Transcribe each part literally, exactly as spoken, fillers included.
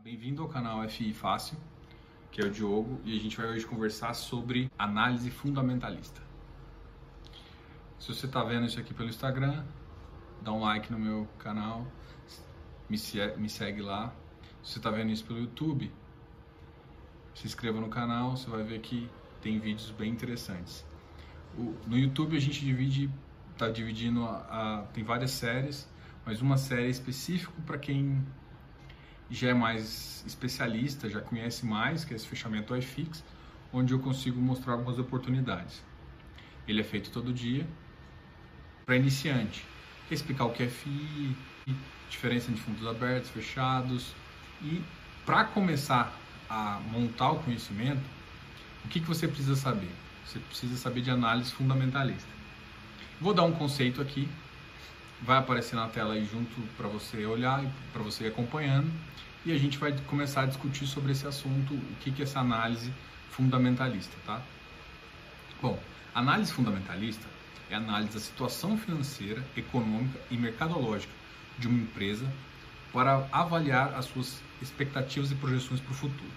Bem-vindo ao canal F I Fácil, que é o Diogo, e a gente vai hoje conversar sobre análise fundamentalista. Se você está vendo isso aqui pelo Instagram, dá um like no meu canal, me, se, me segue lá. Se você está vendo isso pelo YouTube, se inscreva no canal, você vai ver que tem vídeos bem interessantes. O, no YouTube a gente divide, está dividindo, a, a, tem várias séries, mas uma série específica para quem já é mais especialista, já conhece mais, que é esse fechamento I F I X, onde eu consigo mostrar algumas oportunidades. Ele é feito todo dia para iniciante, quer explicar o que é F I, diferença entre fundos abertos, fechados, e para começar a montar o conhecimento, o que, que você precisa saber? Você precisa saber de análise fundamentalista. Vou dar um conceito aqui, vai aparecer na tela aí junto para você olhar e para você ir acompanhando, e a gente vai começar a discutir sobre esse assunto, o que, que é essa análise fundamentalista, tá? Bom, análise fundamentalista é a análise da situação financeira, econômica e mercadológica de uma empresa para avaliar as suas expectativas e projeções para o futuro.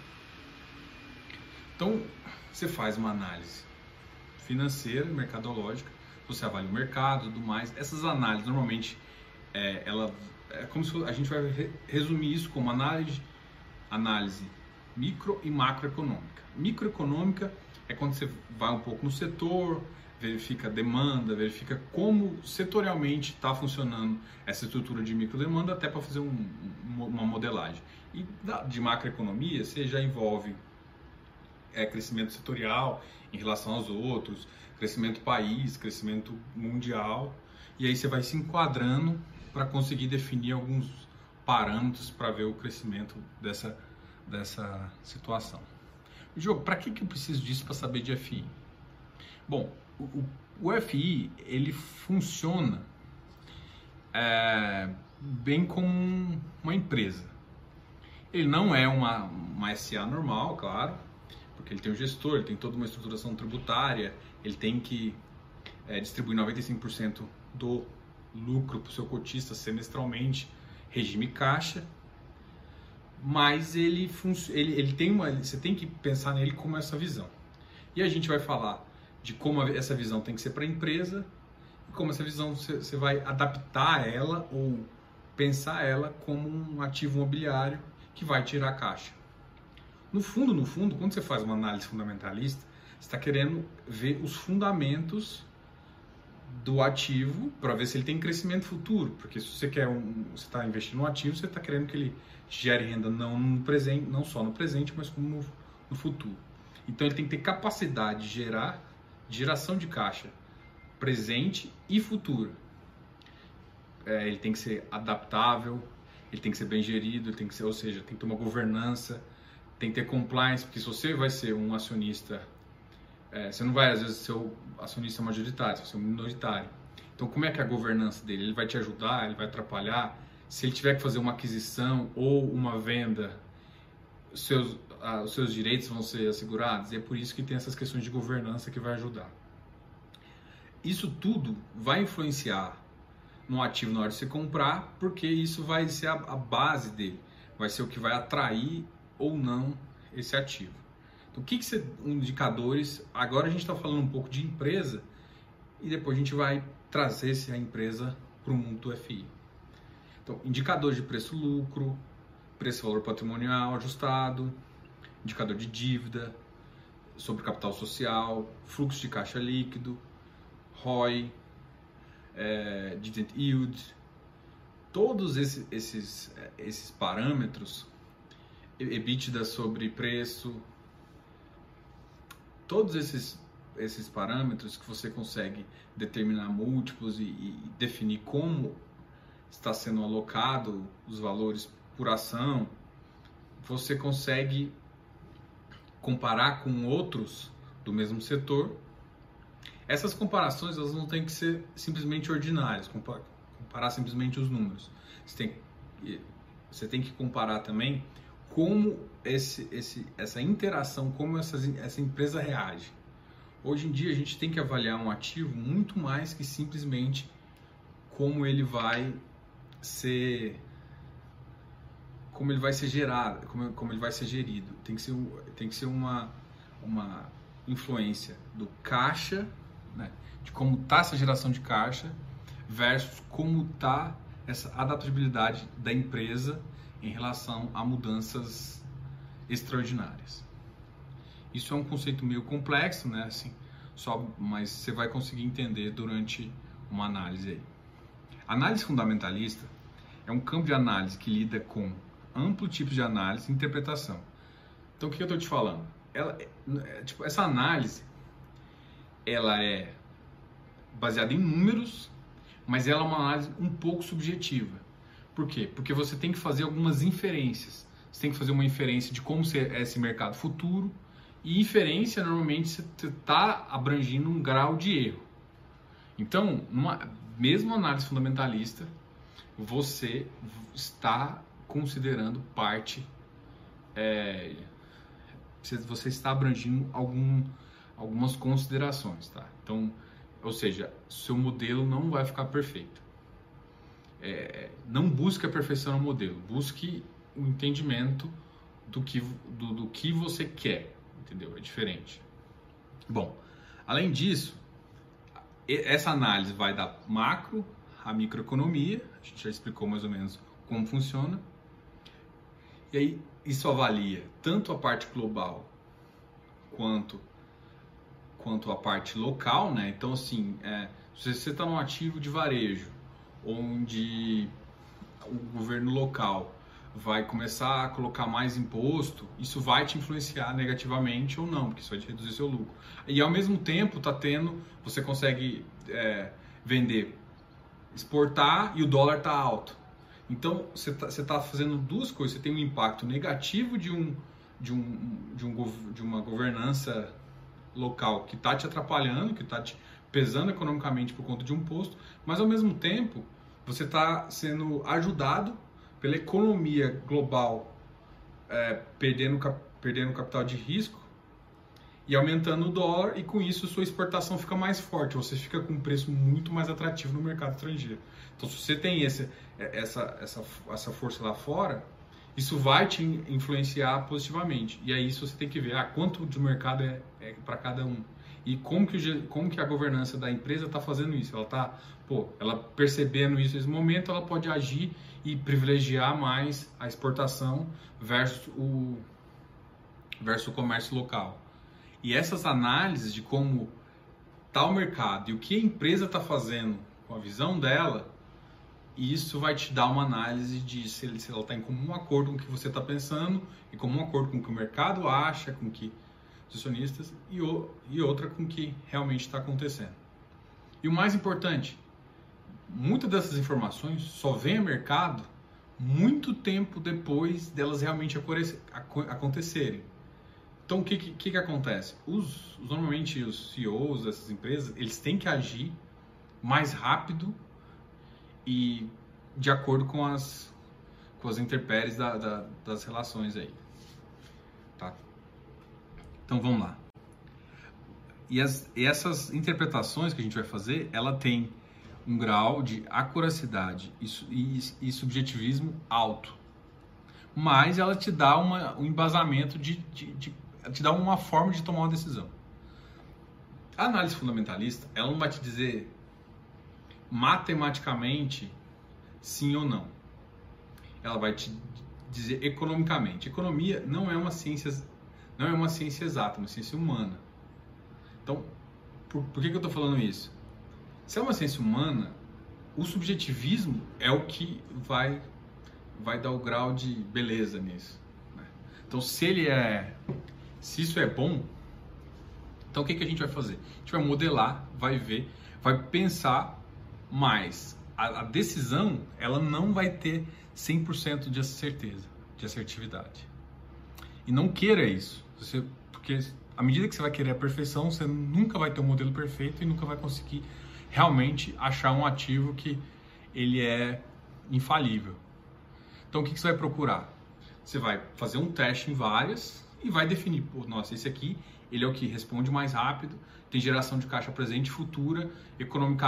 Então, você faz uma análise financeira, mercadológica, você avalia o mercado e tudo mais. Essas análises, normalmente, é, ela, é como se a gente vai re, resumir isso como análise, análise micro e macroeconômica. Microeconômica é quando você vai um pouco no setor, verifica a demanda, verifica como setorialmente está funcionando essa estrutura de microdemanda, até para fazer um, uma modelagem. E de macroeconomia, você já envolve é, crescimento setorial em relação aos outros, crescimento país, crescimento mundial, e aí você vai se enquadrando para conseguir definir alguns parâmetros para ver o crescimento dessa, dessa situação. Diogo, para que, que eu preciso disso para saber de F I? Bom, o, o F I, ele funciona é, bem como uma empresa. Ele não é uma, uma S A normal, claro, porque ele tem um gestor, ele tem toda uma estruturação tributária, ele tem que é, distribuir noventa e cinco por cento do lucro para o seu cotista semestralmente, regime caixa, mas ele, ele, ele tem uma, você tem que pensar nele como essa visão. E a gente vai falar de como essa visão tem que ser para a empresa e como essa visão você, você vai adaptar ela ou pensar ela como um ativo imobiliário que vai tirar caixa. No fundo, no fundo, quando você faz uma análise fundamentalista, você está querendo ver os fundamentos do ativo para ver se ele tem crescimento futuro, porque se você quer um, você está investindo no ativo, você está querendo que ele gere renda não no presente, não só no presente, mas como no, no futuro. Então ele tem que ter capacidade de gerar de geração de caixa presente e futura. É, ele tem que ser adaptável, ele tem que ser bem gerido, ele tem que ser, ou seja, tem que ter uma governança, tem que ter compliance, porque se você vai ser um acionista, é, você não vai às vezes ser o acionista majoritário, você vai ser um minoritário. Então como é que é a governança dele? Ele vai te ajudar, ele vai atrapalhar? Se ele tiver que fazer uma aquisição ou uma venda, os seus, ah, os seus direitos vão ser assegurados? E é por isso que tem essas questões de governança que vai ajudar. Isso tudo vai influenciar no ativo na hora de você comprar, porque isso vai ser a, a base dele, vai ser o que vai atrair ou não esse ativo. Então, o que, que são indicadores? Agora a gente está falando um pouco de empresa e depois a gente vai trazer essa empresa para o mundo do F I. Então, indicadores de preço-lucro, preço-valor patrimonial ajustado, indicador de dívida, sobre capital social, fluxo de caixa líquido, R O I, é, dividend yield, todos esses, esses, esses parâmetros, EBITDA sobre preço, todos esses, esses parâmetros que você consegue determinar múltiplos e, e definir como está sendo alocado os valores por ação, você consegue comparar com outros do mesmo setor. Essas comparações elas não têm que ser simplesmente ordinárias, comparar, comparar simplesmente os números. Você tem, você tem que comparar também como esse, esse, essa interação, como essa, essa empresa reage. Hoje em dia a gente tem que avaliar um ativo muito mais que simplesmente como ele vai ser como ele vai ser gerado, como, como ele vai ser gerido. Tem que ser, tem que ser uma, uma influência do caixa, né, de como está essa geração de caixa versus como está essa adaptabilidade da empresa em relação a mudanças extraordinárias. Isso é um conceito meio complexo, né? Assim, só, mas você vai conseguir entender durante uma análise aí. Análise fundamentalista é um campo de análise que lida com amplo tipo de análise e interpretação. Então, o que eu estou te falando? Ela, é, tipo, essa análise, ela é baseada em números, mas ela é uma análise um pouco subjetiva. Por quê? Porque você tem que fazer algumas inferências. Você tem que fazer uma inferência de como é esse mercado futuro, e inferência, normalmente, você está abrangindo um grau de erro. Então, numa mesma análise fundamentalista, você está considerando parte, é, você está abrangindo algum, algumas considerações, tá? Então, ou seja, seu modelo não vai ficar perfeito. É, não busque a perfeição no modelo, busque o entendimento do que, do, do que você quer, entendeu? É diferente. Bom, além disso, essa análise vai da macro à microeconomia, a gente já explicou mais ou menos como funciona, e aí isso avalia tanto a parte global quanto, quanto a parte local, né? Então, assim, é, se você está num ativo de varejo, onde o governo local vai começar a colocar mais imposto, isso vai te influenciar negativamente ou não, porque isso vai te reduzir seu lucro. E ao mesmo tempo, tá tendo, você consegue é, vender, exportar e o dólar tá alto. Então, você tá, você tá fazendo duas coisas. Você tem um impacto negativo de, um, de, um, de, um, de uma governança local que está te atrapalhando, que está te pesando economicamente por conta de um imposto, mas ao mesmo tempo, você está sendo ajudado pela economia global, é, perdendo, perdendo capital de risco e aumentando o dólar, e com isso sua exportação fica mais forte, você fica com um preço muito mais atrativo no mercado estrangeiro. Então, se você tem esse, essa, essa, essa força lá fora, isso vai te influenciar positivamente. E aí isso você tem que ver ah, quanto de mercado é, é para cada um. E como que, o, como que a governança da empresa está fazendo isso. Ela está, pô, ela percebendo isso nesse momento, ela pode agir e privilegiar mais a exportação versus o, versus o comércio local. E essas análises de como está o mercado e o que a empresa está fazendo com a visão dela, isso vai te dar uma análise de se ela está em comum acordo com o que você está pensando, em comum acordo com o que o mercado acha, com o que os acionistas, e, o, e outra com o que realmente está acontecendo. E o mais importante, muitas dessas informações só vêm ao mercado muito tempo depois delas realmente acontecerem. Então, o que, que, que acontece? Os, normalmente, os C E Os dessas empresas, eles têm que agir mais rápido e de acordo com as, com as intempéries da, da, das relações aí. Tá? Então, vamos lá. E, as, e essas interpretações que a gente vai fazer, ela tem um grau de acuracidade e, e, e subjetivismo alto. Mas ela te dá uma, um embasamento de, de, de te dá uma forma de tomar uma decisão. A análise fundamentalista, ela não vai te dizer matematicamente sim ou não. Ela vai te dizer economicamente. Economia não é uma ciência, não é uma ciência exata, é uma ciência humana. Então, por, por que, que eu estou falando isso? Se é uma ciência humana, o subjetivismo é o que vai, vai dar o grau de beleza nisso. Né? Então, se ele é Se isso é bom, então o que, que a gente vai fazer? A gente vai modelar, vai ver, vai pensar mais. A, a decisão, ela não vai ter cem por cento de certeza, de assertividade. E não queira isso, você, porque à medida que você vai querer a perfeição, você nunca vai ter um modelo perfeito e nunca vai conseguir realmente achar um ativo que ele é infalível. Então o que, que você vai procurar? Você vai fazer um teste em várias e vai definir, pô, nossa, esse aqui, ele é o que responde mais rápido, tem geração de caixa presente e futura,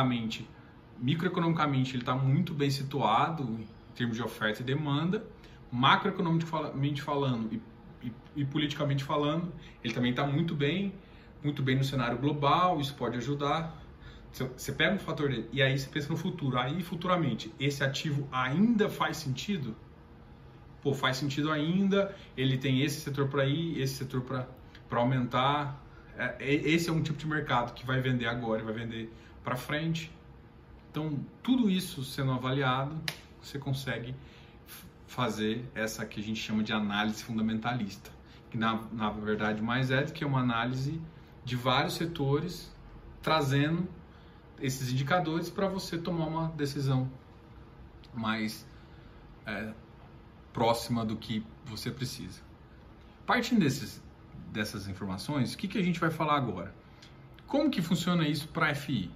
economicamente, microeconomicamente, ele está muito bem situado em termos de oferta e demanda, macroeconomicamente falando e, e, e politicamente falando, ele também está muito bem, muito bem no cenário global, isso pode ajudar. Você pega um fator dele e aí você pensa no futuro, aí futuramente, esse ativo ainda faz sentido? Pô, faz sentido ainda, ele tem esse setor para ir, esse setor para aumentar. É, esse é um tipo de mercado que vai vender agora e vai vender para frente. Então, tudo isso sendo avaliado, você consegue fazer essa que a gente chama de análise fundamentalista, que na, na verdade mais é do que uma análise de vários setores, trazendo esses indicadores para você tomar uma decisão mais é, próxima do que você precisa. Partindo desses, dessas informações, o que, que a gente vai falar agora? Como que funciona isso para a F I?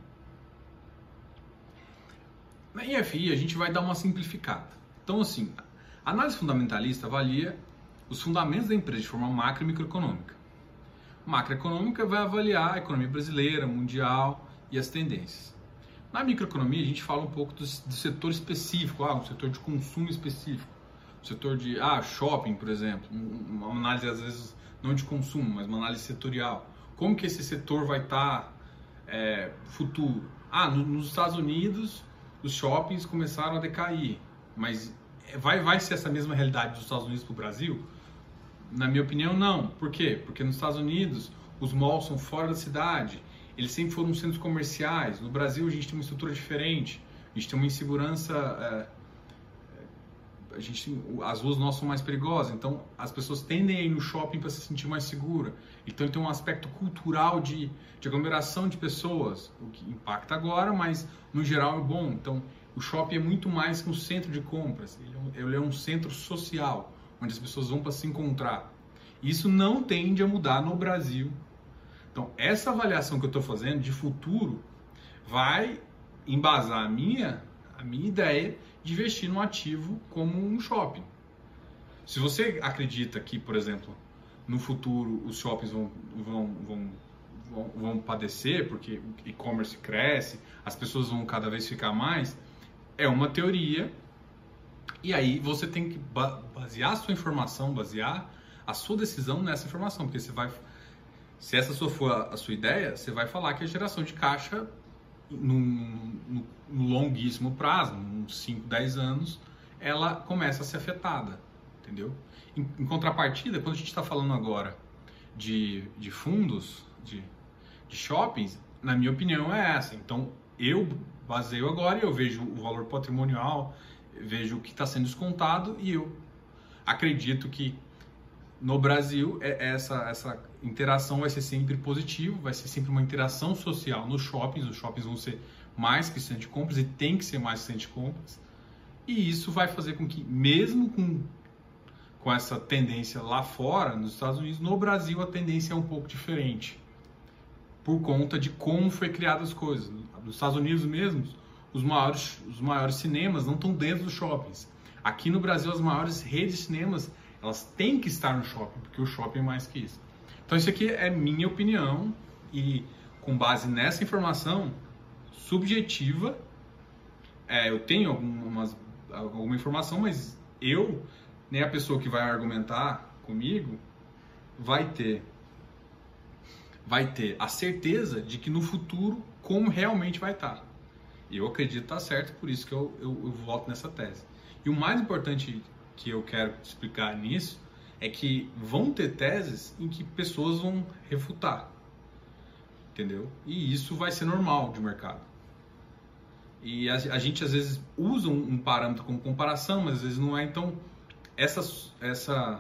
Na F I a gente vai dar uma simplificada. Então assim, a análise fundamentalista avalia os fundamentos da empresa de forma macro e microeconômica. Macroeconômica vai avaliar a economia brasileira, mundial e as tendências. Na microeconomia a gente fala um pouco do, do setor específico, ah, um setor de consumo específico, um setor de ah, shopping, por exemplo, uma análise às vezes não de consumo, mas uma análise setorial. Como que esse setor vai estar é, futuro? Ah, no, nos Estados Unidos os shoppings começaram a decair, mas vai, vai ser essa mesma realidade dos Estados Unidos para o Brasil? Na minha opinião, não. Por quê? Porque nos Estados Unidos os malls são fora da cidade, eles sempre foram centros comerciais. No Brasil a gente tem uma estrutura diferente, a gente tem uma insegurança, é, a gente, as ruas nossas são mais perigosas, então as pessoas tendem a ir no shopping para se sentir mais segura. Então tem um aspecto cultural de, de aglomeração de pessoas, o que impacta agora, mas no geral é bom. Então o shopping é muito mais que um centro de compras, ele é um, ele é um centro social, onde as pessoas vão para se encontrar. Isso não tende a mudar no Brasil. Então essa avaliação que eu estou fazendo de futuro vai embasar a minha, a minha ideia de investir num ativo como um shopping. Se você acredita que, por exemplo, no futuro os shoppings vão, vão, vão, vão, vão padecer porque o e-commerce cresce, as pessoas vão cada vez ficar mais, é uma teoria, e aí você tem que basear a sua informação, basear a sua decisão nessa informação, porque você vai, se essa for a sua ideia, você vai falar que a geração de caixa no, no, no longuíssimo prazo, uns cinco, dez anos, ela começa a ser afetada, entendeu? Em, em contrapartida, quando a gente está falando agora de, de fundos, de, de shoppings, na minha opinião é essa. Então, eu baseio agora e eu vejo o valor patrimonial, vejo o que está sendo descontado e eu acredito que no Brasil essa, essa interação vai ser sempre positiva, vai ser sempre uma interação social nos shoppings. Os shoppings vão ser mais que centro de compras e tem que ser mais que centro de compras. E isso vai fazer com que, mesmo com, com essa tendência lá fora, nos Estados Unidos, no Brasil a tendência é um pouco diferente. Por conta de como foi criadas as coisas. Nos Estados Unidos mesmo, os maiores, os maiores cinemas não estão dentro dos shoppings. Aqui no Brasil, as maiores redes de cinemas, elas têm que estar no shopping, porque o shopping é mais que isso. Então isso aqui é minha opinião e com base nessa informação subjetiva, é, eu tenho algumas, alguma informação, mas eu, nem a pessoa que vai argumentar comigo, vai ter, vai ter a certeza de que no futuro como realmente vai estar. Eu acredito estar certo, por isso que eu, eu, eu voto nessa tese. E o mais importante que eu quero explicar nisso é que vão ter teses em que pessoas vão refutar, entendeu? E isso vai ser normal de mercado. E a, a gente às vezes usa um, um parâmetro como comparação, mas às vezes não é. Então essa, essa,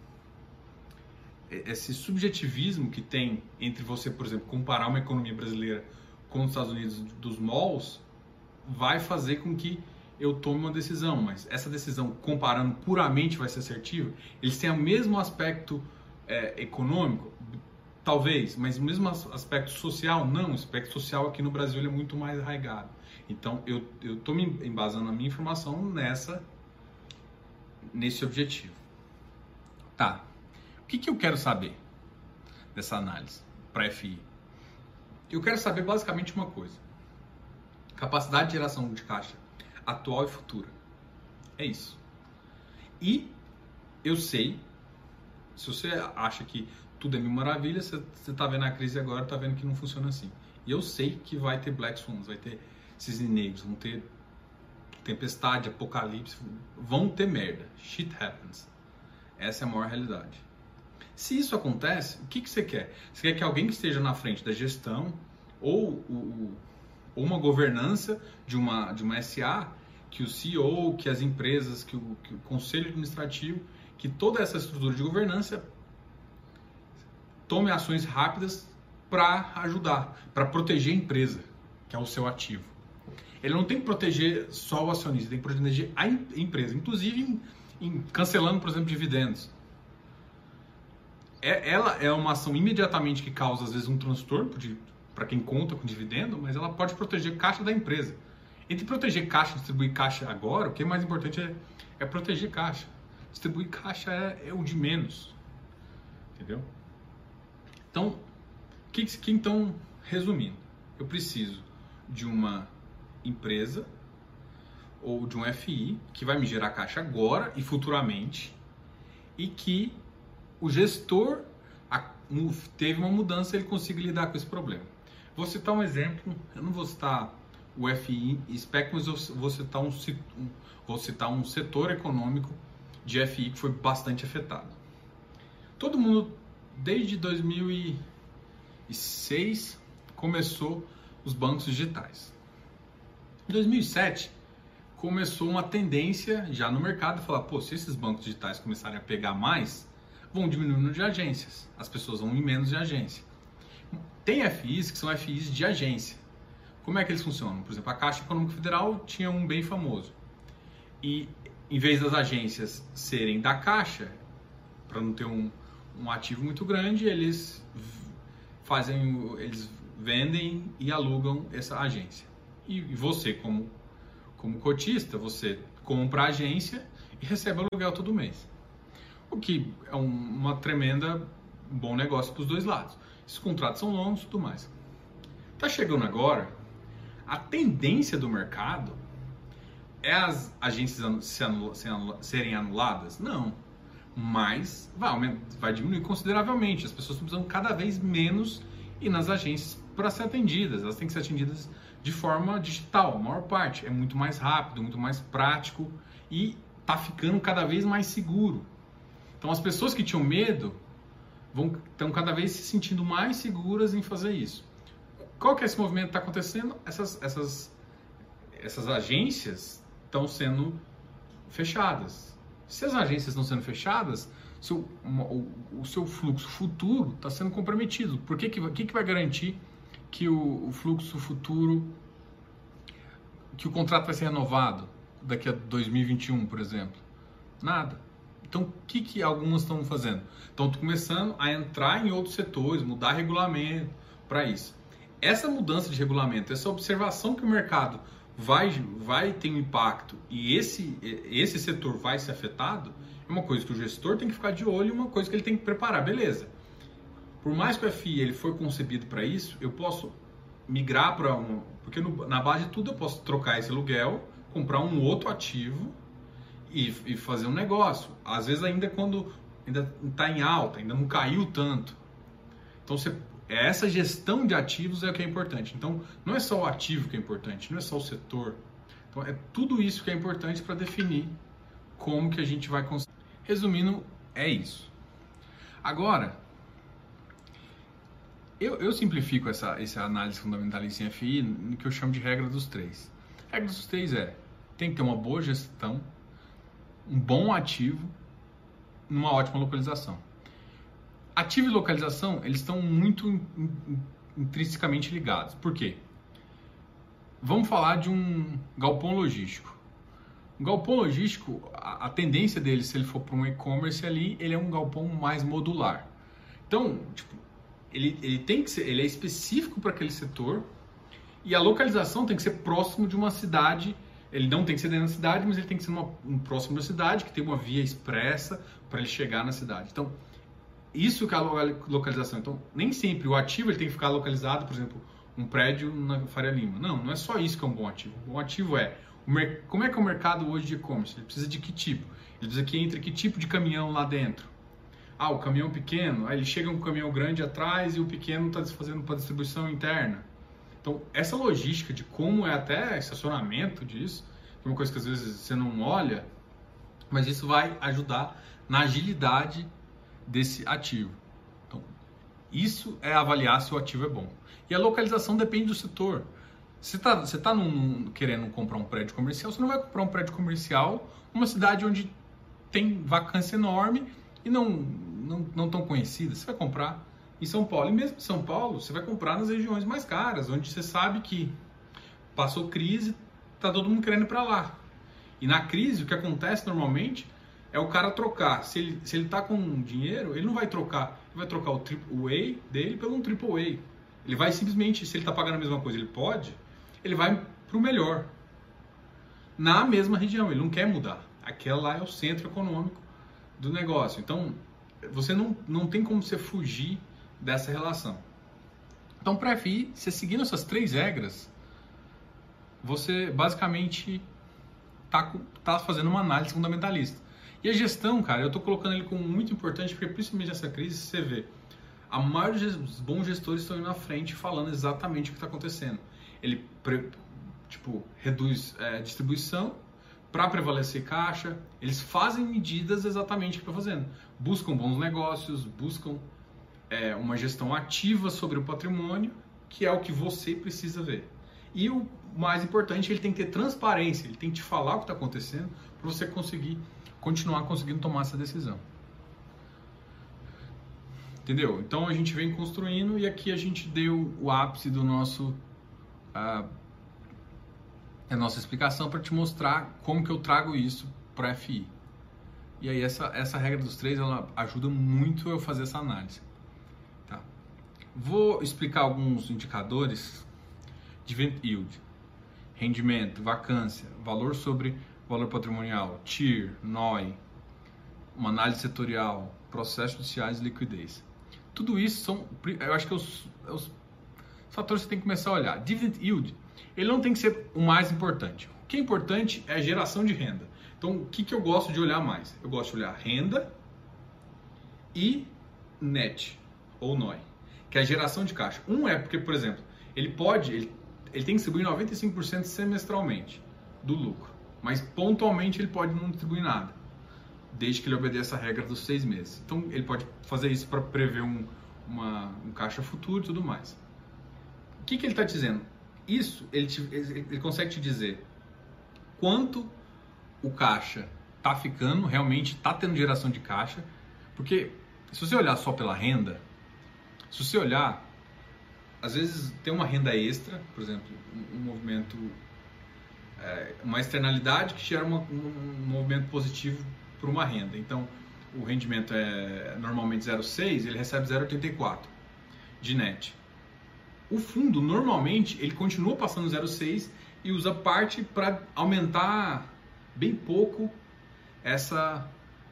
esse subjetivismo que tem entre você, por exemplo, comparar uma economia brasileira com os Estados Unidos dos malls, vai fazer com que eu tome uma decisão, mas essa decisão, comparando puramente, vai ser assertiva? Eles têm o mesmo aspecto é, econômico? Talvez, mas o mesmo aspecto social? Não, o aspecto social aqui no Brasil ele é muito mais arraigado. Então, eu estou me embasando a minha informação nessa, nesse objetivo. Tá, o que, que eu quero saber dessa análise para F I? Eu quero saber basicamente uma coisa: capacidade de geração de caixa atual e futura. É isso. E eu sei, se você acha que tudo é mil maravilhas, você está vendo a crise agora, está vendo que não funciona assim. E eu sei que vai ter Black Swans, vai ter cisnes negros, vão ter tempestade, apocalipse, vão ter merda. Shit happens. Essa é a maior realidade. Se isso acontece, o que, que você quer? Você quer que alguém que esteja na frente da gestão ou, o, ou uma governança de uma, de uma S A, que o C E O, que as empresas, que o, que o conselho administrativo, que toda essa estrutura de governança tome ações rápidas para ajudar, para proteger a empresa, que é o seu ativo. Ele não tem que proteger só o acionista, tem que proteger a empresa, inclusive em, em cancelando, por exemplo, dividendos. É, ela é uma ação imediatamente que causa, às vezes, um transtorno para quem conta com dividendo, mas ela pode proteger a caixa da empresa. Entre proteger caixa e distribuir caixa agora, o que é mais importante é, é proteger caixa. Distribuir caixa é, é o de menos. Entendeu? Então, que, que, então, resumindo, eu preciso de uma empresa ou de um F I que vai me gerar caixa agora e futuramente e que o gestor teve uma mudança e ele consiga lidar com esse problema. Vou citar um exemplo, eu não vou citar o F I Spec, mas eu vou citar um, vou citar um setor econômico de F I que foi bastante afetado. Todo mundo, desde dois mil e seis, começou os bancos digitais. Em dois mil e sete, começou uma tendência já no mercado de falar, pô, se esses bancos digitais começarem a pegar mais, vão diminuir o número de agências, as pessoas vão ir menos de agência. Tem F Is que são F Is de agência. Como é que eles funcionam? Por exemplo, a Caixa Econômica Federal tinha um bem famoso. E em vez das agências serem da Caixa, para não ter um, um ativo muito grande, eles fazem, eles vendem e alugam essa agência. E você, como, como cotista, você compra a agência e recebe aluguel todo mês. O que é um, uma tremenda bom negócio para os dois lados. Esses contratos são longos e tudo mais. Está chegando agora, a tendência do mercado é as agências se anula, se anula, serem anuladas? Não. Mas vai, vai diminuir consideravelmente. As pessoas estão precisando cada vez menos ir nas agências para ser atendidas. Elas têm que ser atendidas de forma digital, a maior parte. É muito mais rápido, muito mais prático e está ficando cada vez mais seguro. Então as pessoas que tinham medo vão, estão cada vez se sentindo mais seguras em fazer isso. Qual que é esse movimento que está acontecendo? Essas, essas, essas agências estão sendo fechadas. Se as agências estão sendo fechadas, seu, o, o seu fluxo futuro está sendo comprometido. Por que, que, que, que vai garantir que o, o fluxo futuro, que o contrato vai ser renovado daqui a dois mil e vinte e um, por exemplo? Nada. Então, o que, que algumas estão fazendo? Estão começando a entrar em outros setores, mudar regulamento para isso. Essa mudança de regulamento, essa observação que o mercado vai, vai ter um impacto e esse, esse setor vai ser afetado, é uma coisa que o gestor tem que ficar de olho e uma coisa que ele tem que preparar. Beleza. Por mais que o F I ele foi concebido para isso, eu posso migrar para um... Porque no, na base de tudo eu posso trocar esse aluguel, comprar um outro ativo e, e fazer um negócio. Às vezes ainda quando ainda está em alta, ainda não caiu tanto. Então você, essa gestão de ativos é o que é importante. Então não é só o ativo que é importante, não é só o setor. Então é tudo isso que é importante para definir como que a gente vai conseguir. Resumindo, é isso. Agora, eu, eu simplifico essa, essa análise fundamentalista em F I no que eu chamo de regra dos três. A regra dos três é, tem que ter uma boa gestão, um bom ativo, numa ótima localização. Ativo e localização, eles estão muito in, in, intrinsecamente ligados. Por quê? Vamos falar de um galpão logístico. Um galpão logístico, a, a tendência dele, se ele for para um e-commerce ali, ele é um galpão mais modular. Então, tipo, ele, ele tem que ser, ele é específico para aquele setor e a localização tem que ser próximo de uma cidade. Ele não tem que ser dentro da cidade, mas ele tem que ser uma, um próximo da cidade, que tem uma via expressa para ele chegar na cidade. Então, isso que é a localização. Então, nem sempre o ativo ele tem que ficar localizado, por exemplo, um prédio na Faria Lima. Não, não é só isso que é um bom ativo. Um bom ativo é, o mer- como é que é o mercado hoje de e-commerce? Ele precisa de que tipo? Ele diz aqui entre que tipo de caminhão lá dentro. Ah, o caminhão pequeno, aí ele chega um caminhão grande atrás e o pequeno está fazendo para distribuição interna. Então, essa logística de como é até estacionamento disso, é uma coisa que às vezes você não olha, mas isso vai ajudar na agilidade desse ativo. Então, isso é avaliar se o ativo é bom. E a localização depende do setor. Se tá, você está querendo comprar um prédio comercial, você não vai comprar um prédio comercial numa cidade onde tem vacância enorme e não, não, não tão conhecida. Você vai comprar em São Paulo. E mesmo em São Paulo, você vai comprar nas regiões mais caras, onde você sabe que passou crise, tá todo mundo querendo ir para lá. E na crise, o que acontece normalmente é o cara trocar. Se ele, se ele tá com dinheiro, ele não vai trocar. Ele vai trocar o triple A dele pelo um triple A. Ele vai simplesmente, se ele tá pagando a mesma coisa, ele pode, ele vai pro melhor. Na mesma região, ele não quer mudar. Aquela lá é o centro econômico do negócio. Então, você não, não tem como você fugir dessa relação. Então, para F I, você seguindo essas três regras, você basicamente tá, tá fazendo uma análise fundamentalista. E a gestão, cara, eu tô colocando ele como muito importante, porque principalmente nessa crise, você vê, a maioria dos bons gestores estão indo na frente falando exatamente o que está acontecendo. Ele, tipo, reduz é, distribuição para prevalecer caixa, eles fazem medidas exatamente o que estão fazendo. Buscam bons negócios, buscam é, uma gestão ativa sobre o patrimônio, que é o que você precisa ver. E o mais importante, ele tem que ter transparência, ele tem que te falar o que está acontecendo para você conseguir continuar conseguindo tomar essa decisão. Entendeu? Então a gente vem construindo e aqui a gente deu o ápice do nosso uh, a nossa explicação para te mostrar como que eu trago isso para F I. E aí essa, essa regra dos três, ela ajuda muito eu fazer essa análise. Tá? Vou explicar alguns indicadores: Dividend Yield, rendimento, vacância, valor sobre valor patrimonial, T I R, N O I, uma análise setorial, processos judiciais e liquidez. Tudo isso são, eu acho que é os, é os fatores que você tem que começar a olhar. Dividend Yield, ele não tem que ser o mais importante. O que é importante é a geração de renda. Então, o que, que eu gosto de olhar mais? Eu gosto de olhar renda e net, ou N O I, que é a geração de caixa. Um é porque, por exemplo, ele pode, ele, ele tem que distribuir noventa e cinco por cento semestralmente do lucro, mas pontualmente ele pode não distribuir nada, desde que ele obedeça a regra dos seis meses. Então, ele pode fazer isso para prever um, uma, um caixa futuro e tudo mais. O que, que ele está dizendo? Isso, ele, te, ele consegue te dizer quanto o caixa está ficando, realmente está tendo geração de caixa, porque se você olhar só pela renda, se você olhar, às vezes tem uma renda extra, por exemplo, um, um movimento, é, uma externalidade que gera uma, um, um movimento positivo por uma renda. Então, o rendimento é normalmente zero vírgula seis, ele recebe zero vírgula oitenta e quatro de net. O fundo, normalmente, ele continua passando zero vírgula seis e usa parte para aumentar bem pouco essa,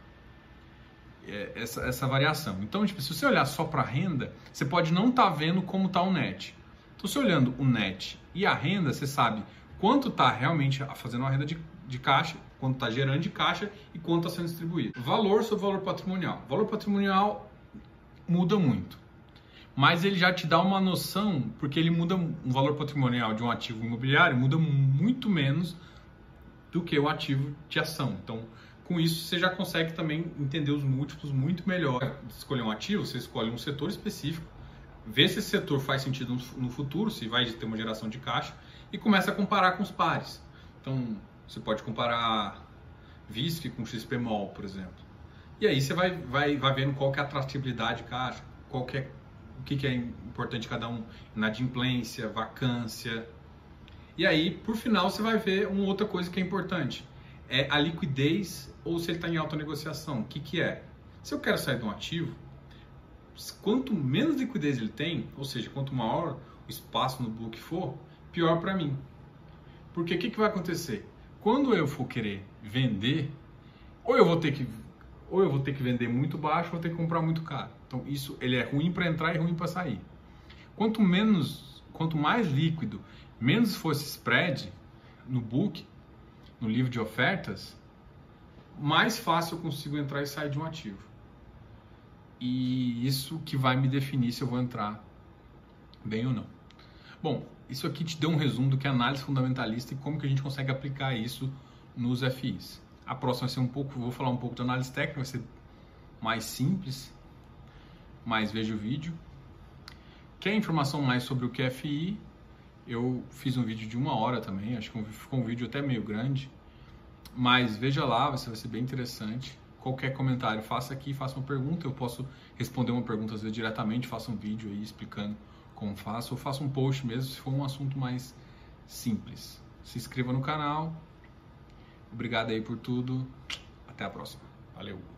essa, essa variação. Então, tipo, se você olhar só para a renda, você pode não estar tá vendo como está o net. Então, se olhando o net e a renda, você sabe quanto está realmente fazendo uma renda de, de caixa, quanto está gerando de caixa e quanto está sendo distribuído. Valor sobre valor patrimonial. O valor patrimonial muda muito, mas ele já te dá uma noção, porque ele muda um valor patrimonial de um ativo imobiliário, muda muito menos do que o ativo de ação. Então, com isso, você já consegue também entender os múltiplos muito melhor. Escolher um ativo, você escolhe um setor específico, vê se esse setor faz sentido no futuro, se vai ter uma geração de caixa, e começa a comparar com os pares. Então, você pode comparar V I S C com X P Mol, por exemplo. E aí você vai, vai, vai vendo qual que é a atratividade de caixa, qual que é, o que, que é importante cada um, inadimplência, vacância. E aí, por final, você vai ver uma outra coisa que é importante. É a liquidez ou se ele está em alta negociação. O que, que é? Se eu quero sair de um ativo, quanto menos liquidez ele tem, ou seja, quanto maior o espaço no book for, pior para mim. Porque o que, que vai acontecer? Quando eu for querer vender, ou eu vou ter que, ou eu vou ter que vender muito baixo, ou vou ter que comprar muito caro. Então isso ele é ruim para entrar e ruim para sair. Quanto menos, quanto mais líquido, menos for esse spread no book, no livro de ofertas, mais fácil eu consigo entrar e sair de um ativo. E isso que vai me definir se eu vou entrar bem ou não. Bom, isso aqui te deu um resumo do que é análise fundamentalista e como que a gente consegue aplicar isso nos F Is. A próxima vai ser um pouco, vou falar um pouco de análise técnica, vai ser mais simples, mas veja o vídeo. Quer informação mais sobre o que é F I? Eu fiz um vídeo de uma hora também, acho que ficou um vídeo até meio grande, mas veja lá, vai ser bem interessante. Qualquer comentário, faça aqui, faça uma pergunta, eu posso responder uma pergunta às vezes diretamente, faça um vídeo aí explicando como faço, ou faça um post mesmo se for um assunto mais simples. Se inscreva no canal, obrigado aí por tudo, até a próxima, valeu!